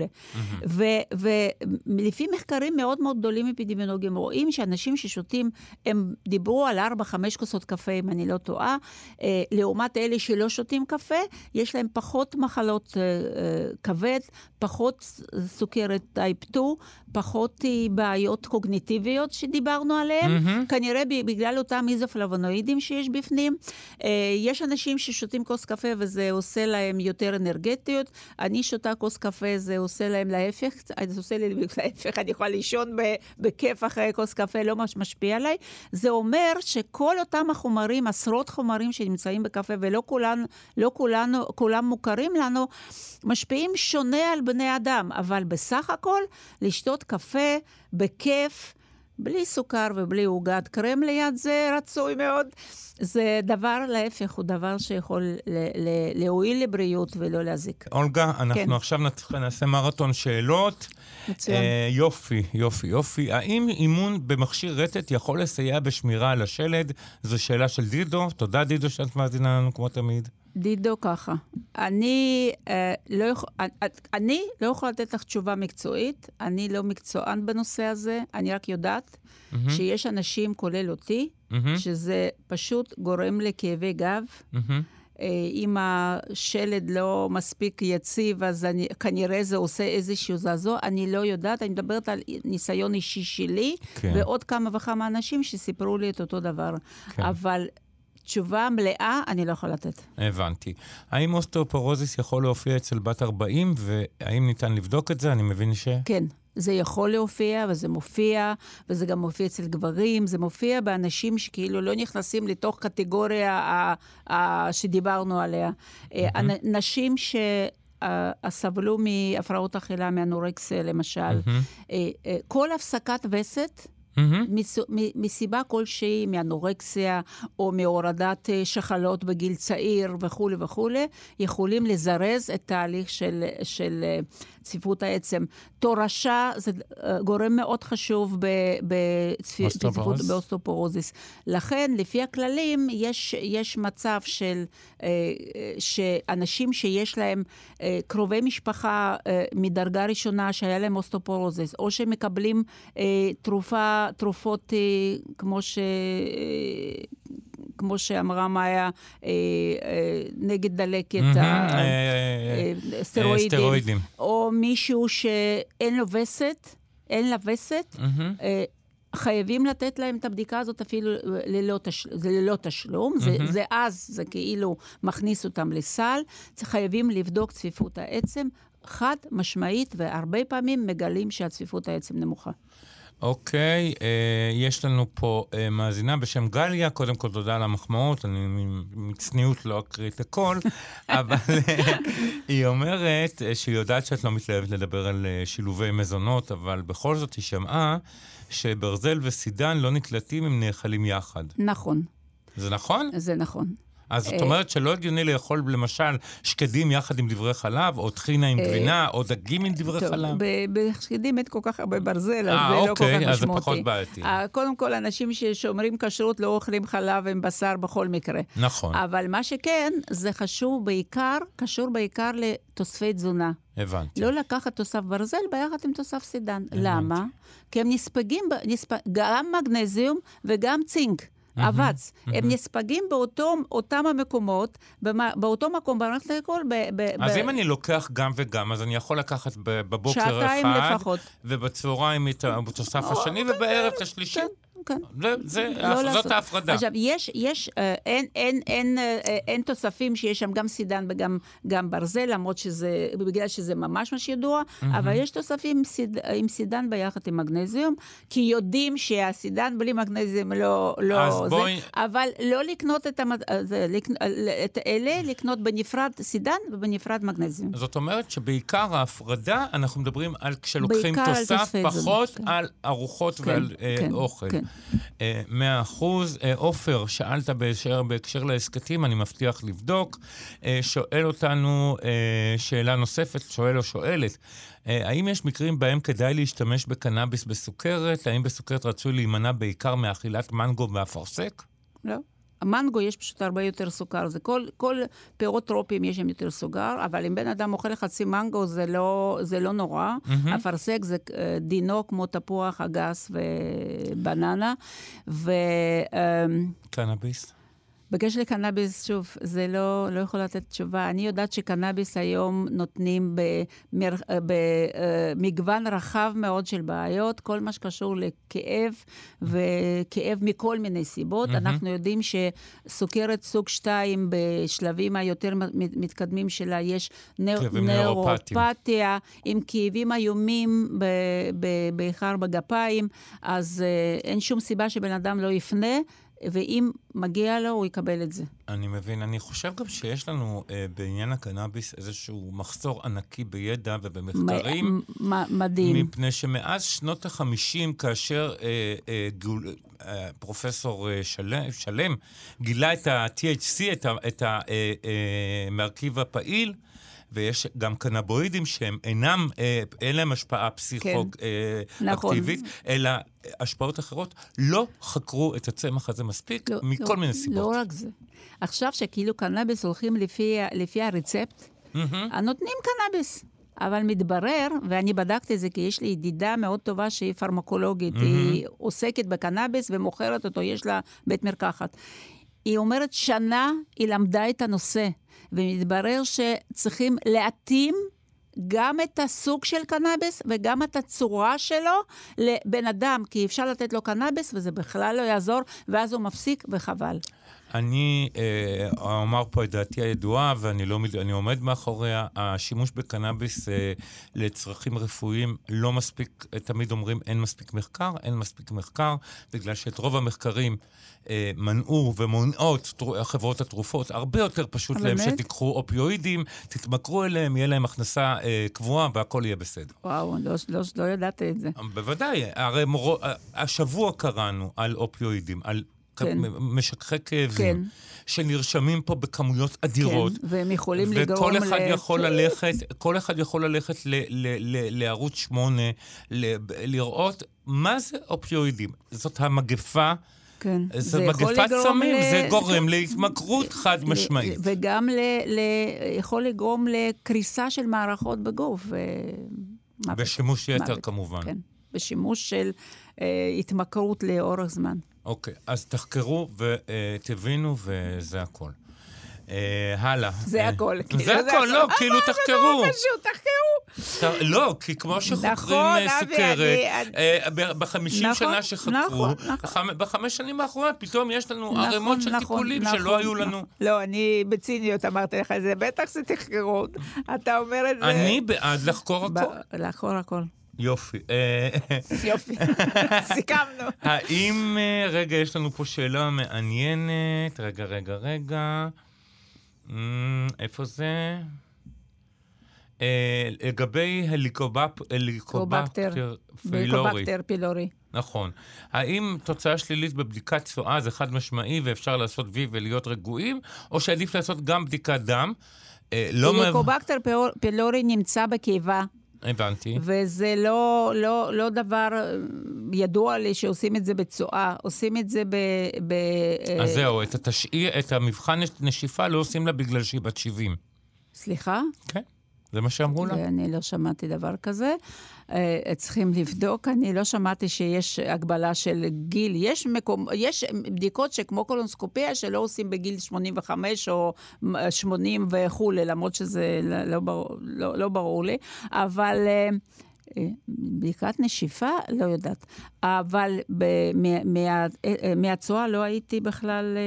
ולפי מחקרים מאוד מאוד גדולים אפידמיולוגיים, רואים שאנשים ששותים, הם דיברו על ארבע, חמש כוסות קפה, אם אני לא טועה, לעומת אלה שלא שותים קפה, יש להם פחות מחלות כבד, פחות סוכרת טייפ שתיים, פחות בעיות קוגניטיביות שדיברנו עליהן, כנראה בגלל אותם איזופלבונואידים שיש בפנים. יש אנשים ששותים כוס קפה וזה עושה להם יותר אנרגטיות. אני שותה כוס קפה, זה עושה להם להפך, זה עושה לי להפך, אני יכולה לישון בכיף אחרי כוס קפה, לא ממש משפיע עליי. זה אומר שכל אותם החומרים, עשרות חומרים שנמצאים בקפה, ולא כולן, לא כולנו, כולם מוכרים לנו, משפיעים שונה על בני אדם, אבל בסך הכל, לשתות קפה בכיף, בלי סוכר ובלי עוגת קרם ליד זה רצוי מאוד. זה דבר להפך, הוא דבר שיכול להועיל לבריאות ולא להזיק. אולגה, אנחנו עכשיו נעשה מרתון שאלות. מצוין. יופי, יופי, יופי. האם אימון במכשיר רטט יכול לסייע בשמירה על השלד? זו שאלה של דידו. תודה דידו שאת מאזינה לנו כמו תמיד. דידו ככה. אני אה, לא יכול, אני לא יכולה לתת לך תשובה מקצועית. אני לא מקצוען בנושא הזה. אני רק יודעת mm-hmm. שיש אנשים, כולל אותי, mm-hmm. שזה פשוט גורם לכאבי גב. Mm-hmm. אה, אם השלד לא מספיק יציב, אז אני, כנראה זה עושה איזשהו זעזוע. אני לא יודעת. אני מדברת על ניסיון אישי שלי, כן. ועוד כמה וכמה אנשים שסיפרו לי את אותו דבר. כן. אבל... תשובה מלאה, אני לא יכולה לתת. הבנתי. האם אוסטאופורוזיס יכול להופיע אצל בת ארבעים, והאם ניתן לבדוק את זה? אני מבין ש... כן, זה יכול להופיע, וזה מופיע, וזה גם מופיע אצל גברים, זה מופיע באנשים שכאילו לא נכנסים לתוך קטגוריה שדיברנו עליה. נשים ש... סבלו מהפרעות אכילה, מאנורקסיה למשל. כל הפסקת וסת, Mm-hmm. מסיבה כלשהי, מאנורקסיה או מהורדת שחלות בגיל צעיר וכו' וכו', יכולים לזרז את תהליך של, של צפיפות העצם. תורשה זה גורם מאוד חשוב בצפיפות באוסטאופורוזיס. לכן, לפי הכללים, יש, יש מצב של שאנשים שיש להם קרובי משפחה מדרגה ראשונה שהיה להם אוסטאופורוזיס, או שמקבלים תרופה תרופות כמו ש... כמו שאמרה מאיה, נגד דלקת, סטרואידים, או מישהו שאין לו וסת, אין לה וסת, חייבים לתת להם את הבדיקה הזאת אפילו ללא, תש... זה ללא תשלום, mm-hmm. זה, זה אז, זה כאילו מכניס אותם לסל, חייבים לבדוק צפיפות העצם, חד משמעית, והרבה פעמים מגלים שהצפיפות העצם נמוכה. אוקיי, okay, אה, יש לנו פה אה, מאזינה בשם גליה, קודם כל תודה על המחמאות, אני מצניעות לא אקריא את הכל, אבל אה, היא אומרת אה, שהיא יודעת שאת לא מתלהבת לדבר על אה, שילובי מזונות, אבל בכל זאת היא שמעה שברזל וסידן לא נקלטים אם נאכלים יחד. נכון. זה נכון? זה נכון. אז זאת אומרת שלא הגיוני לאכול למשל שקדים יחד עם דברי חלב, או טחינה עם גבינה, או דגים עם דברי חלב. בשקדים אין כל כך הרבה ברזל, אז זה לא כל כך משמעותי. אז זה פחות בעייתי. קודם כל, אנשים ששומרים כשרות לא אוכלים חלב עם בשר בכל מקרה. נכון. אבל מה שכן, זה חשוב בעיקר, קשור בעיקר לתוספי תזונה. הבנתי. לא לקחת תוסף ברזל ביחד עם תוסף סידן. למה? כי הם נספגים, גם מגנזיום וגם צינק. אבץ. הם נספגים באותם המקומות, באותו מקום, במערכת העיכול. אז אם אני לוקח גם וגם, אז אני יכול לקחת בבוקר אחד, שעתיים לפחות. ובצהריים את התוסף השני, ובערב את השלישי. כן. זה, זאת ההפרדה. עכשיו, יש, יש, אין, אין, אין, אין תוספים שיש שם גם סידן וגם גם ברזל, למרות שזה, בגלל שזה ממש מה שידוע, אבל יש תוספים עם סידן ביחד עם מגנזיום, כי יודעים שהסידן בלי מגנזיום לא, לא, זה, אבל לא לקנות את אלה, לקנות בנפרד סידן ובנפרד מגנזיום. זאת אומרת שבעיקר ההפרדה, אנחנו מדברים על כשלוקחים תוסף, פחות על ארוחות ועל אוכל. מאה אחוז. אופר, שאלת בהקשר להסקטים, אני מבטיח לבדוק. שואל אותנו שאלה נוספת, שואל או שואלת, האם יש מקרים בהם כדאי להשתמש בקנאביס בסוכרת? האם בסוכרת רצוי להימנע בעיקר מאכילת מנגו ואפרסק? לא. המנגו יש פשוט הרבה יותר סוכר. זה כל, כל פירות טרופיים יש שם יותר סוכר, אבל אם בן אדם אוכל חצי מנגו זה לא, זה לא נורא. Mm-hmm. אפרסק זה דינו כמו תפוח, אגס ובננה. ו... קנאביס? בקשר לקנאביס, שוב, זה לא, לא יכול לתת תשובה. אני יודעת שקנאביס היום נותנים במר, במגוון רחב מאוד של בעיות, כל מה שקשור לכאב, וכאב מכל מיני סיבות. Mm-hmm. אנחנו יודעים שסוכרת סוג שתיים בשלבים היותר מתקדמים שלה, יש נאורופתיה, עם כאבים איומים בעיקר בגפיים, אז אין שום סיבה שבן אדם לא יפנה, ואם מגיע לו, הוא יקבל את זה. אני מבין. אני חושב גם שיש לנו אה, בעניין הקנאביס איזשהו מחסור ענקי בידע ובמחקרים. מ- מ- מדהים. מפני שמאז שנות החמישים, כאשר אה, אה, גול, אה, פרופסור אה, שלם, שלם גילה את ה-T H C, את, ה, את המרכיב הפעיל, ויש גם קנבואידים שהם אינם, אה, אין להם השפעה פסיכו-אקטיבית, כן. אה, אלא השפעות אחרות, לא חקרו את הצמח הזה מספיק, לא, מכל לא, מיני סיבות. לא רק זה. עכשיו שכאילו קנאביס הולכים לפי, לפי הרצפט, mm-hmm. נותנים קנאביס. אבל מתברר, ואני בדקתי את זה, כי יש לי ידידה מאוד טובה שהיא פרמקולוגית, mm-hmm. היא עוסקת בקנאביס ומוכרת אותו, יש לה בית מרקחת. היא אומרת שנה היא למדה את הנושא, ומתברר שצריכים להתאים גם את הסוג של קנאביס וגם את הצורה שלו לבן אדם, כי אפשר לתת לו קנאביס וזה בכלל לא יעזור, ואז הוא מפסיק וחבל. אני אה, אומר פה את דעתי הידועה, ואני לא, אני עומד מאחוריה, השימוש בקנאביס אה, לצרכים רפואיים לא מספיק, תמיד אומרים אין מספיק מחקר, אין מספיק מחקר, בגלל שאת רוב המחקרים אה, מנעו ומונעות חברות התרופות, הרבה יותר פשוט להם שתיקחו אופיואידים, תתמכרו אליהם, יהיה להם הכנסה אה, קבועה והכל יהיה בסדר. וואו, לא, לא, לא ידעת את זה. בוודאי, הרי מור... השבוע קראנו על אופיואידים, על כן. משככי כאבים, כן. שנרשמים פה בכמויות אדירות. כן, והם יכולים לגרום וכל אחד ל... יכול ללכת, כל אחד יכול ללכת ל, ל, ל, לערוץ שמונה, ל, לראות מה זה אופיואידים. זאת המגפה, כן. זאת מגפת סמים, ל... זה גורם להתמכרות חד משמעית. וגם ל... ל... יכול לגרום לקריסה של מערכות בגוף. ו... בשימוש יתר מוות. כמובן. כן, בשימוש של אה, התמכרות לאורך זמן. אוקיי, אז תחקרו ותבינו, וזה הכל. הלאה. זה הכל. זה הכל, לא, כאילו תחקרו. זה לא פשוט, תחקרו. לא, כי כמו שחוקרים סוכרת, בחמישים שנה שחקרו, בחמש שנים האחרונות, פתאום יש לנו ערימות של טיפולים שלא היו לנו. לא, אני בציניות אמרתי לך, זה בטח זה תחקרות. אתה אומר את זה... אני בעד לחקור הכל. לחקור הכל. יופי. יופי, סיכמנו. האם, רגע, יש לנו פה שאלה מעניינת, רגע, רגע, רגע, איפה זה? לגבי הליקובקטר פילורי. נכון. האם תוצאה שלילית בבדיקת צואה זה חד משמעי ואפשר לעשות וי ולהיות רגועים, או שעדיף לעשות גם בדיקת דם? הליקובקטר פילורי נמצא בקיבה. הבנתי. וזה לא, לא, לא דבר ידוע לי שעושים את זה בצואה, עושים את זה ב... ב אז זהו, את התשעי, את המבחן נשיפה לא עושים לה בגלל שהיא בת שבעים. סליחה? כן. זה מה שאמרו לה? אני לא שמעתי דבר כזה. צריכים לבדוק. אני לא שמעתי שיש הגבלה של גיל. יש, מקום, יש בדיקות שכמו קולונוסקופיה שלא עושים בגיל שמונים וחמש או שמונים וכו', למרות שזה לא ברור, לא, לא ברור לי. אבל בדיקת נשיפה לא יודעת. אבל מה, מה, מהצועה לא הייתי בכלל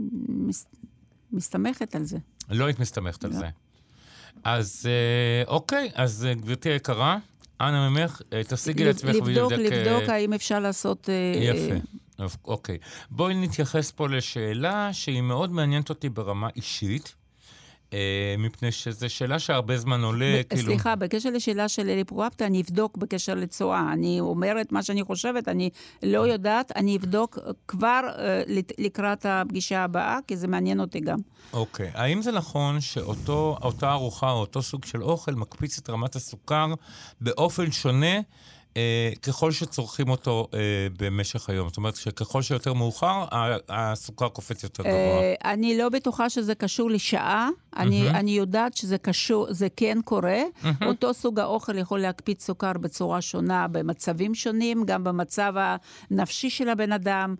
מסתמכת על זה. לא היית מסתמכת על זה. אז אוקיי, אז גברתי היקרה, אנא ממך, תשיגי לעצמך לבדוק, לבדוק האם אפשר לעשות... יפה, אוקיי. בואי נתייחס פה לשאלה שהיא מאוד מעניינת אותי ברמה אישית, מפני שזו שאלה שהרבה זמן עולה, כאילו... סליחה, בקשר לשאלה של אליפרואפטה, אני אבדוק בקשר לצואה. אני אומרת מה שאני חושבת, אני לא יודעת, אני אבדוק כבר לקראת הפגישה הבאה, כי זה מעניין אותי גם. אוקיי. האם זה נכון שאותה ארוחה או אותו סוג של אוכל מקפיץ את רמת הסוכר באופן שונה, ככל שצורכים אותו במשך היום? זאת אומרת שככל שיותר מאוחר, הסוכר קופץ יותר גבוה. אני לא בטוחה שזה קשור לשעה. אני יודעת שזה קשור, זה כן קורה. אותו סוג האוכל יכול להקפיץ סוכר בצורה שונה, במצבים שונים, גם במצב הנפשי של הבן אדם,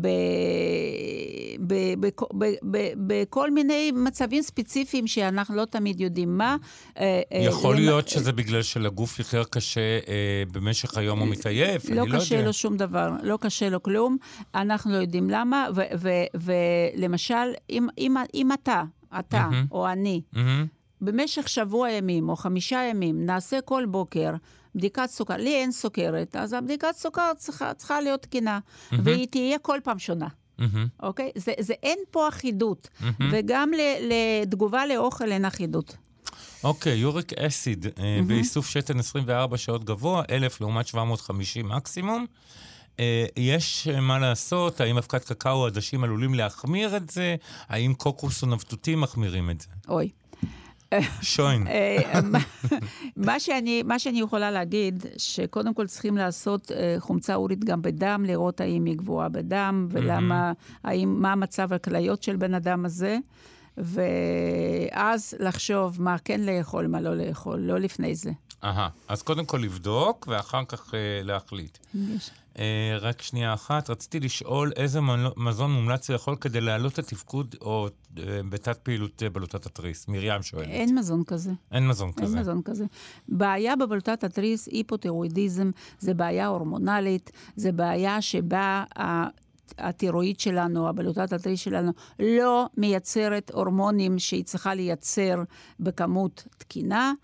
בכל מיני מצבים ספציפיים שאנחנו לא תמיד יודעים מה. יכול להיות שזה בגלל שלגוף יותר קשה במשך היום הוא מתעייף, לא קשה לו שום דבר, לא קשה לו כלום, אנחנו לא יודעים למה, ולמשל, אם אתה, אתה או אני, במשך שבוע ימים או חמישה ימים, נעשה כל בוקר בדיקת סוכר, לי אין סוכרת, אז הבדיקת סוכר צריכה להיות תקינה, והיא תהיה כל פעם שונה. אוקיי? זה אין פה אחידות, וגם לתגובה לאוכל אין אחידות. אוקיי, יוריק אסיד, באיסוף שתן עשרים וארבע שעות גבוה, אלף לעומת שבע מאות וחמישים מקסימום. יש מה לעשות? האם אבקת קקאו או עדשים עלולים להחמיר את זה? האם קוקוס או נבטותים מחמירים את זה? אוי. שוין. מה שאני, מה שאני יכולה להגיד, שקודם כל צריכים לעשות חומצה אורית גם בדם, לראות האם היא גבוהה בדם, ולמה, האם, מה המצב הכליות של בן אדם הזה. ואז לחשוב מה כן לאכול, מה לא לאכול, לא לפני זה. אהה, אז קודם כל לבדוק, ואחר כך אה, להחליט. יש. אה, רק שנייה אחת, רציתי לשאול איזה מזון מומלץ לאכול כדי להעלות את התפקוד או אה, בתת פעילות בלוטת התריס. מרים שואלת. אין מזון כזה. אין מזון כזה. אין מזון כזה. בעיה בבלוטת התריס, היפותירואידיזם, זה בעיה הורמונלית, זה בעיה שבה... התירואיד שלנו, הבלוטת התריס שלנו, לא מייצרת הורמונים שהיא צריכה לייצר בכמות תקינה,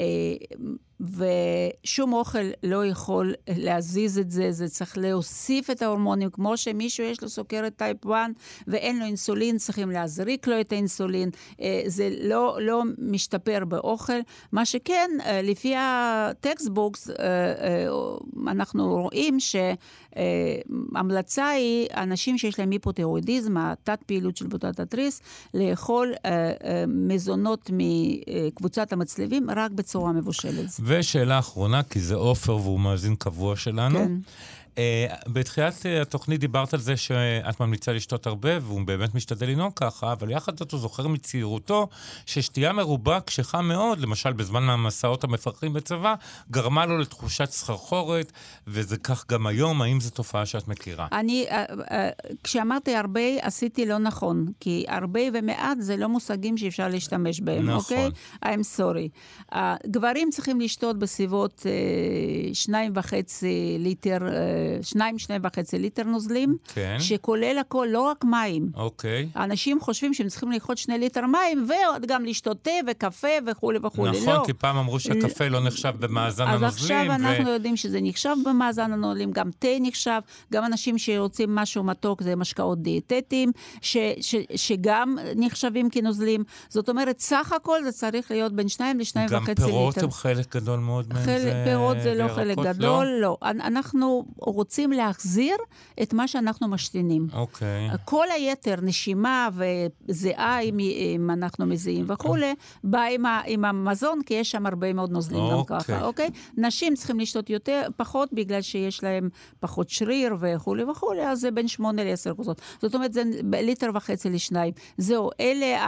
ושום אוכל לא יכול להזיז את זה, זה צריך להוסיף את ההורמונים, כמו שמישהו יש לו סוכרת טייפ אחת ואין לו אינסולין, צריכים להזריק לו את האינסולין, זה לא, לא משתפר באוכל, מה שכן, לפי הטקסטבוקס, אנחנו רואים שהמלצה היא, אנשים שיש להם היפותירואידיזם, התת פעילות של בלוטת התריס, לאכול מזונות מקבוצת המצלבים, רק בצורה מבושלת. ושאלה אחרונה, כי זה אופר והוא מאזין קבוע שלנו. כן. בתחילת התוכנית דיברת על זה שאת ממליצה לשתות הרבה, והוא באמת משתדל לנהוג ככה, אבל יחד זאת הוא זוכר מצעירותו, ששתייה מרובה קשיחה מאוד, למשל בזמן המסעות המפרכים בצבא, גרמה לו לתחושת סחרחורת, וזה כך גם היום. האם זו תופעה שאת מכירה? אני, כשאמרתי הרבה, עשיתי לא נכון, כי הרבה ומעט זה לא מושגים שאפשר להשתמש בהם, אוקיי? I'm sorry. גברים צריכים לשתות בסביבות שניים וחצי ליטר, שניים, שניים וחצי ליטר נוזלים, כן. שכולל הכל, לא רק מים. אוקיי. אנשים חושבים שהם צריכים לאכול שני ליטר מים, וגם לשתות תה וקפה וכו' וכו'. נכון, לא. כי פעם אמרו שהקפה לא נחשב במאזן אז הנוזלים. עכשיו ו... אנחנו יודעים שזה נחשב במאזן הנוזלים, גם תה נחשב, גם אנשים שרוצים משהו מתוק, זה משקאות דיאטטיים, ש, ש, שגם נחשבים כנוזלים. זאת אומרת, סך הכל זה צריך להיות בין שניים לשניים וחצי ליטר. גם פירות הם חלק גדול מאוד מהם. חלק, זה... פירות זה לא חלק גדול, לא? לא. אנחנו רוצים להחזיר את מה שאנחנו משתינים. אוקיי. כל היתר, נשימה וזיעה, אם, אם אנחנו מזיעים וכו', בא עם, ה, עם המזון, כי יש שם הרבה מאוד נוזלים אוקיי. גם ככה, אוקיי? נשים צריכים לשתות יותר, פחות, בגלל שיש להם פחות שריר וכו' וכו', אז זה בין שמונה לעשר כוסות. זאת אומרת, זה ליטר וחצי לשניים. זהו, אלה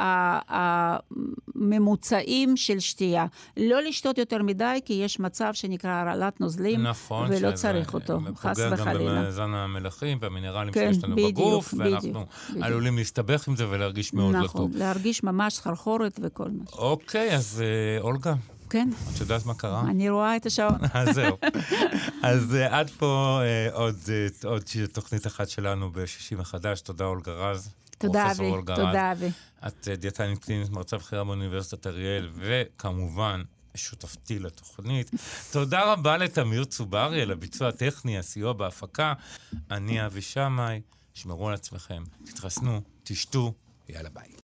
הממוצעים של שתייה. לא לשתות יותר מדי, כי יש מצב שנקרא הרעלת נוזלים, נכון, ולא צריך אותו, חס וחלילה. פוגע גם במאזן המלחים והמינרלים כן, שיש לנו בדיוק, בגוף, בדיוק, ואנחנו בדיוק. עלולים להסתבך עם זה ולהרגיש מאוד נכון, לא טוב. להרגיש ממש סחרחורת וכל מה. אוקיי, אז אה, אולגה, כן. את יודעת מה קרה? אני רואה את השעון. אז זהו. אז אה, עד פה אה, עוד, אה, עוד תוכנית אחת שלנו בשישי מחדש. תודה אולגה רז. תודה אבי, תודה אבי. את דיאטנית קלינית, מרצה בכירה באוניברסיטת אריאל, וכמובן, שותפתי לתוכנית. תודה רבה לתמיר צוברי על הביצוע הטכני, הסיוע בהפקה. אני אבי שמאי, שמרו על עצמכם, תתחסנו, תשתו, יאללה ביי.